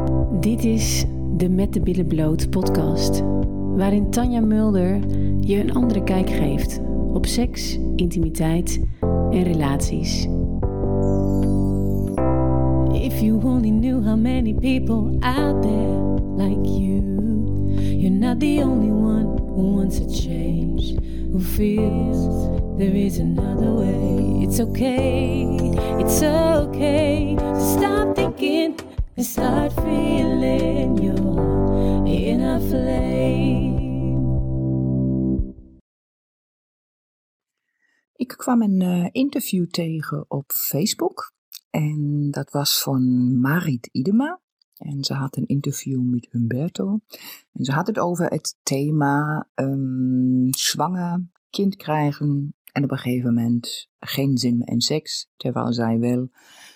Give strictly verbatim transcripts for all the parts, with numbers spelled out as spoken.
Dit is de Met de Billen Bloot podcast, waarin Tanja Mulder je een andere kijk geeft op seks, intimiteit en relaties. If you only knew how many people out there like you, you're not the only one who wants a change, who feels there is another way. It's okay, it's okay to stop thinking and start feeling your inner flame. Ik kwam een uh, interview tegen op Facebook en dat was van Marit Idema. En ze had een interview met Humberto. En ze had het over het thema um, zwanger, kind krijgen en op een gegeven moment geen zin meer in seks. Terwijl zij wel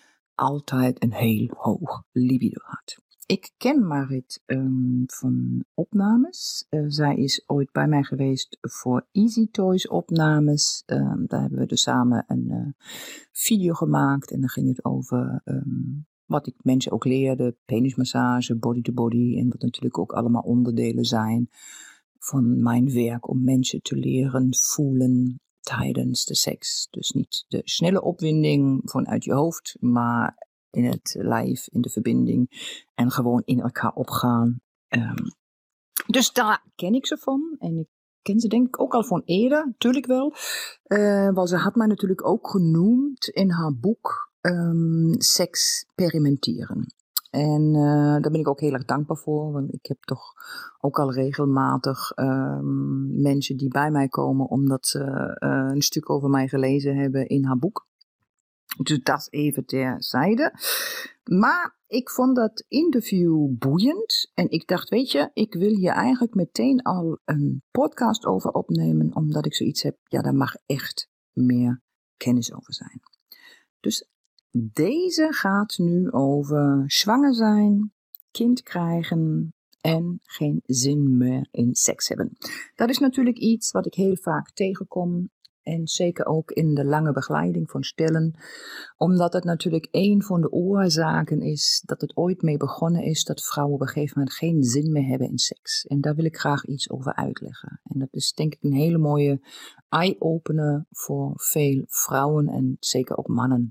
altijd een heel hoog libido had. Ik ken Marit um, van opnames. Uh, zij is ooit bij mij geweest voor Easy Toys opnames. Um, daar hebben we dus samen een uh, video gemaakt. En dan ging het over um, wat ik mensen ook leerde. Penismassage, body-to-body. En wat natuurlijk ook allemaal onderdelen zijn van mijn werk. Om mensen te leren voelen tijdens de seks. Dus niet de snelle opwinding vanuit je hoofd. Maar in het lijf, in de verbinding en gewoon in elkaar opgaan. Um, dus daar ken ik ze van. En ik ken ze denk ik ook al van eerder, natuurlijk wel. Uh, want ze had mij natuurlijk ook genoemd in haar boek um, Seks Experimenteren. En uh, daar ben ik ook heel erg dankbaar voor. Want ik heb toch ook al regelmatig um, mensen die bij mij komen omdat ze uh, een stuk over mij gelezen hebben in haar boek. Dus dat even terzijde. Maar ik vond dat interview boeiend. En ik dacht, weet je, ik wil hier eigenlijk meteen al een podcast over opnemen. Omdat ik zoiets heb, ja, daar mag echt meer kennis over zijn. Dus deze gaat nu over zwanger zijn, kind krijgen en geen zin meer in seks hebben. Dat is natuurlijk iets wat ik heel vaak tegenkom. En zeker ook in de lange begeleiding van stellen. Omdat het natuurlijk een van de oorzaken is dat het ooit mee begonnen is dat vrouwen op een gegeven moment geen zin meer hebben in seks. En daar wil ik graag iets over uitleggen. En dat is denk ik een hele mooie eye-opener voor veel vrouwen en zeker ook mannen.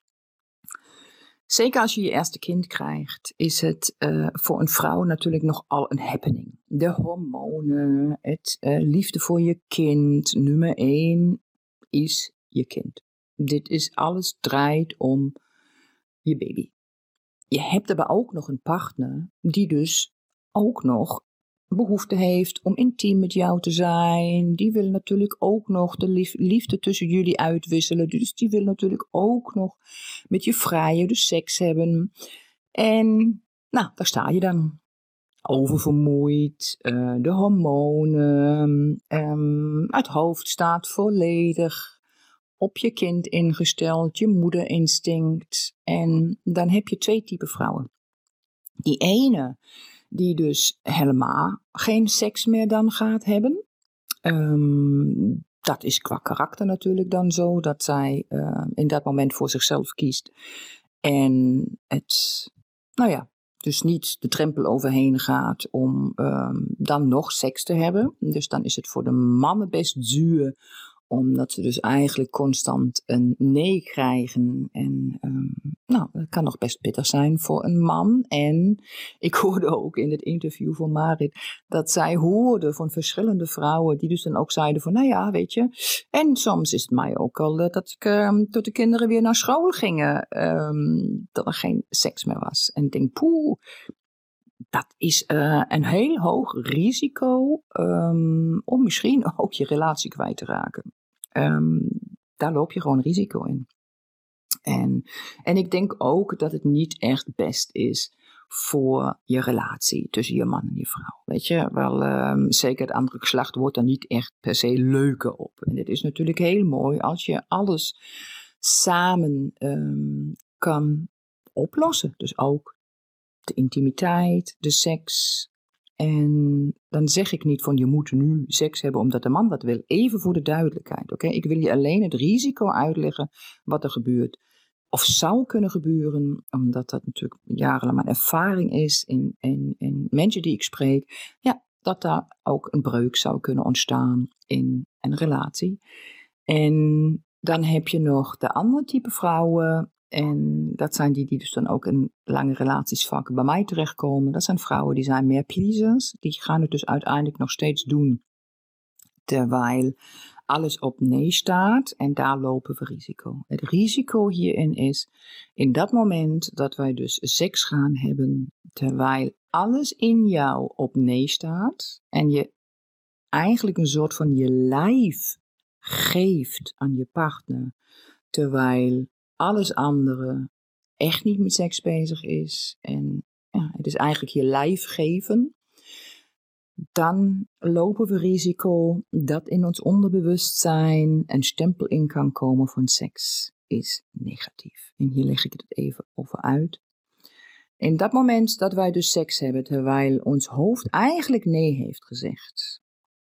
Zeker als je je eerste kind krijgt, is het uh, voor een vrouw natuurlijk nogal een happening. De hormonen, het uh, liefde voor je kind, nummer één is je kind. Dit is alles draait om je baby. Je hebt daarbij ook nog een partner die dus ook nog behoefte heeft om intiem met jou te zijn. Die wil natuurlijk ook nog de lief, liefde tussen jullie uitwisselen. Dus die wil natuurlijk ook nog met je vrije de seks hebben. En nou, daar sta je dan. Oververmoeid, uh, de hormonen, um, het hoofd staat volledig op je kind ingesteld, je moederinstinct. En dan heb je twee typen vrouwen. Die ene die dus helemaal geen seks meer dan gaat hebben. Um, dat is qua karakter natuurlijk dan zo, dat zij uh, in dat moment voor zichzelf kiest. En het, nou ja, dus niet de drempel overheen gaat om um, dan nog seks te hebben. Dus dan is het voor de mannen best zuur, omdat ze dus eigenlijk constant een nee krijgen. En um, nou, dat kan nog best pittig zijn voor een man. En ik hoorde ook in het interview van Marit dat zij hoorde van verschillende vrouwen die dus dan ook zeiden van, nou ja, weet je. En soms is het mij ook al uh, dat ik um, tot de kinderen weer naar school gingen, um, dat er geen seks meer was. En ik denk, poeh, dat is uh, een heel hoog risico um, om misschien ook je relatie kwijt te raken. Um, daar loop je gewoon risico in. En, en ik denk ook dat het niet echt best is voor je relatie tussen je man en je vrouw. Weet je, wel um, zeker het andere geslacht wordt er niet echt per se leuker op. En het is natuurlijk heel mooi als je alles samen um, kan oplossen. Dus ook de intimiteit, de seks. En dan zeg ik niet van je moet nu seks hebben omdat de man dat wil. Even voor de duidelijkheid. Oké, okay? Ik wil je alleen het risico uitleggen wat er gebeurt of zou kunnen gebeuren, omdat dat natuurlijk jarenlang mijn ervaring is in, in, in mensen die ik spreek, ja, dat daar ook een breuk zou kunnen ontstaan in een relatie. En dan heb je nog de andere type vrouwen, en dat zijn die die dus dan ook in lange relaties vaak bij mij terechtkomen. Dat zijn vrouwen die zijn meer pleasers, die gaan het dus uiteindelijk nog steeds doen, terwijl alles op nee staat, en daar lopen we risico. Het risico hierin is, in dat moment dat wij dus seks gaan hebben, terwijl alles in jou op nee staat, en je eigenlijk een soort van je lijf geeft aan je partner, terwijl alles andere echt niet met seks bezig is, en ja, het is eigenlijk je lijf geven, dan lopen we risico dat in ons onderbewustzijn een stempel in kan komen van seks is negatief. En hier leg ik het even over uit. In dat moment dat wij dus seks hebben, terwijl ons hoofd eigenlijk nee heeft gezegd,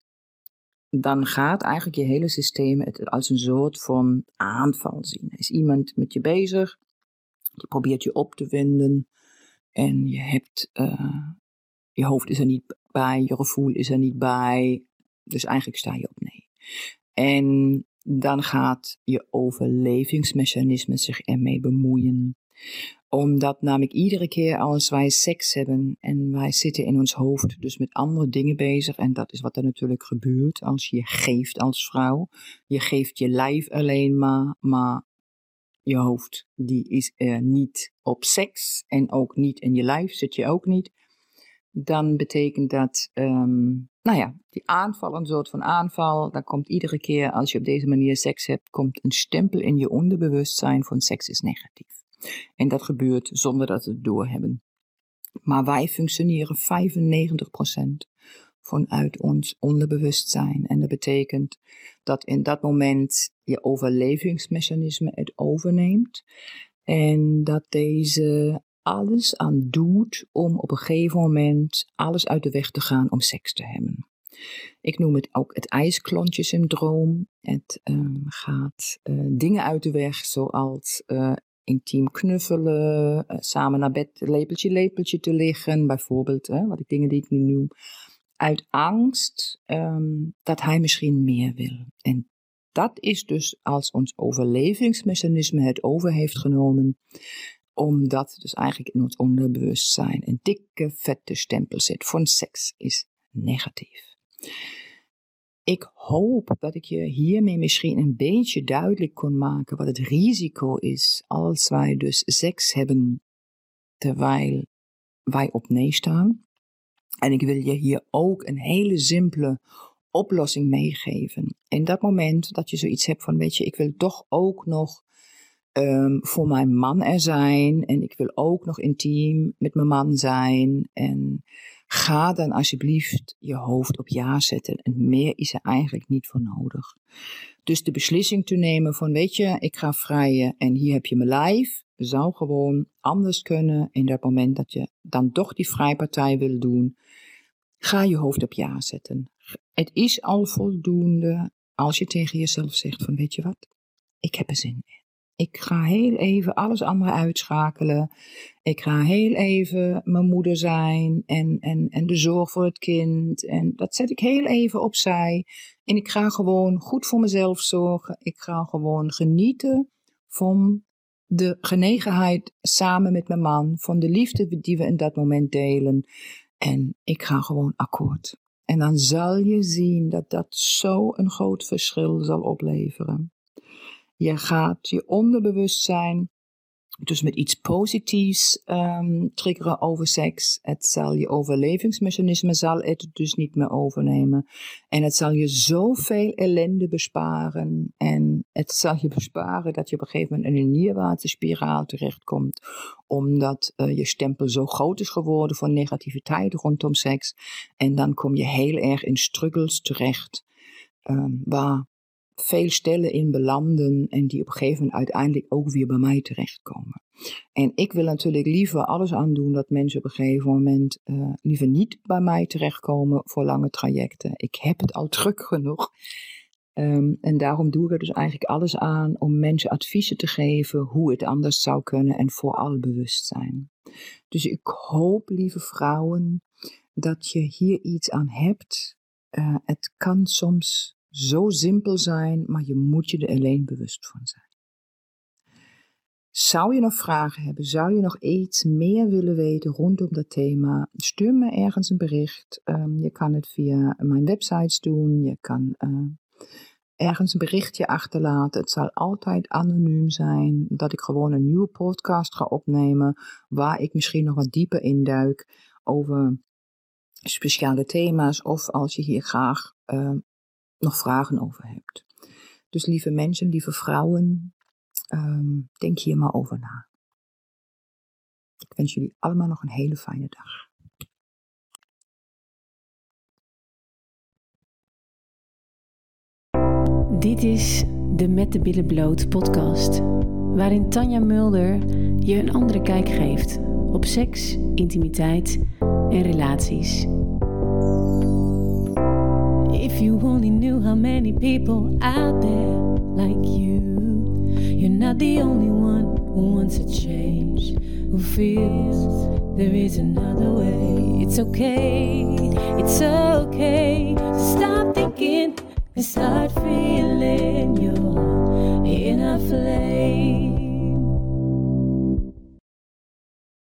dan gaat eigenlijk je hele systeem het als een soort van aanval zien. Er is iemand met je bezig, die probeert je op te winden, en je hebt, uh, je hoofd is er niet bij, je gevoel is er niet bij, dus eigenlijk sta je op nee. En dan gaat je overlevingsmechanisme zich ermee bemoeien. Omdat namelijk iedere keer als wij seks hebben en wij zitten in ons hoofd dus met andere dingen bezig, en dat is wat er natuurlijk gebeurt als je geeft als vrouw. Je geeft je lijf alleen maar, maar je hoofd die is er niet op seks, en ook niet in je lijf zit je ook niet. Dan betekent dat, um, nou ja, die aanval, een soort van aanval, dan komt iedere keer als je op deze manier seks hebt, komt een stempel in je onderbewustzijn van seks is negatief. En dat gebeurt zonder dat we het doorhebben. Maar wij functioneren vijfennegentig procent vanuit ons onderbewustzijn. En dat betekent dat in dat moment je overlevingsmechanisme het overneemt. En dat deze alles aan doet om op een gegeven moment alles uit de weg te gaan om seks te hebben. Ik noem het ook het ijsklontje-syndroom. Het um, gaat uh, dingen uit de weg, zoals uh, intiem knuffelen, uh, samen naar bed lepeltje lepeltje te liggen, bijvoorbeeld, hè, wat ik dingen die ik nu noem, uit angst um, dat hij misschien meer wil. En dat is dus als ons overlevingsmechanisme het over heeft genomen, omdat dus eigenlijk in ons onderbewustzijn een dikke, vette stempel zit van seks is negatief. Ik hoop dat ik je hiermee misschien een beetje duidelijk kon maken wat het risico is als wij dus seks hebben terwijl wij op nee staan. En ik wil je hier ook een hele simpele oplossing meegeven. In dat moment dat je zoiets hebt van, weet je, ik wil toch ook nog Um, voor mijn man er zijn, en ik wil ook nog intiem met mijn man zijn, en ga dan alsjeblieft je hoofd op ja zetten, en meer is er eigenlijk niet voor nodig. Dus de beslissing te nemen van, weet je, ik ga vrijen en hier heb je mijn lijf, zou gewoon anders kunnen. In dat moment dat je dan toch die vrijpartij wil doen, ga je hoofd op ja zetten. Het is al voldoende als je tegen jezelf zegt van, weet je wat, ik heb er zin in. Ik ga heel even alles andere uitschakelen. Ik ga heel even mijn moeder zijn en, en, en de zorg voor het kind. En dat zet ik heel even opzij. En ik ga gewoon goed voor mezelf zorgen. Ik ga gewoon genieten van de genegenheid samen met mijn man. Van de liefde die we in dat moment delen. En ik ga gewoon akkoord. En dan zal je zien dat dat zo een groot verschil zal opleveren. Je gaat je onderbewustzijn dus met iets positiefs um, triggeren over seks. Het zal je overlevingsmechanisme zal het dus niet meer overnemen. En het zal je zoveel ellende besparen. En het zal je besparen dat je op een gegeven moment in een neerwaartse spiraal terechtkomt. Omdat uh, je stempel zo groot is geworden van negativiteit rondom seks. En dan kom je heel erg in struggles terecht. Um, waar veel stellen in belanden en die op een gegeven moment uiteindelijk ook weer bij mij terechtkomen. En ik wil natuurlijk liever alles aan doen dat mensen op een gegeven moment uh, liever niet bij mij terechtkomen voor lange trajecten. Ik heb het al druk genoeg. Um, en daarom doe ik er dus eigenlijk alles aan om mensen adviezen te geven hoe het anders zou kunnen en vooral bewustzijn. Dus ik hoop, lieve vrouwen, dat je hier iets aan hebt. Uh, het kan soms zo simpel zijn, maar je moet je er alleen bewust van zijn. Zou je nog vragen hebben, zou je nog iets meer willen weten rondom dat thema, stuur me ergens een bericht. Um, je kan het via mijn websites doen, je kan uh, ergens een berichtje achterlaten. Het zal altijd anoniem zijn, dat ik gewoon een nieuwe podcast ga opnemen, waar ik misschien nog wat dieper induik over speciale thema's, of als je hier graag uh, nog vragen over hebt. Dus lieve mensen, lieve vrouwen, um, denk hier maar over na. Ik wens jullie allemaal nog een hele fijne dag. Dit is de Met de Billen Bloot podcast, waarin Tanja Mulder je een andere kijk geeft op seks, intimiteit en relaties. If you only knew how many people out there like you, you're not the only one who wants a change, who feels there is another way. It's okay, it's okay to stop thinking and start feeling your inner flame.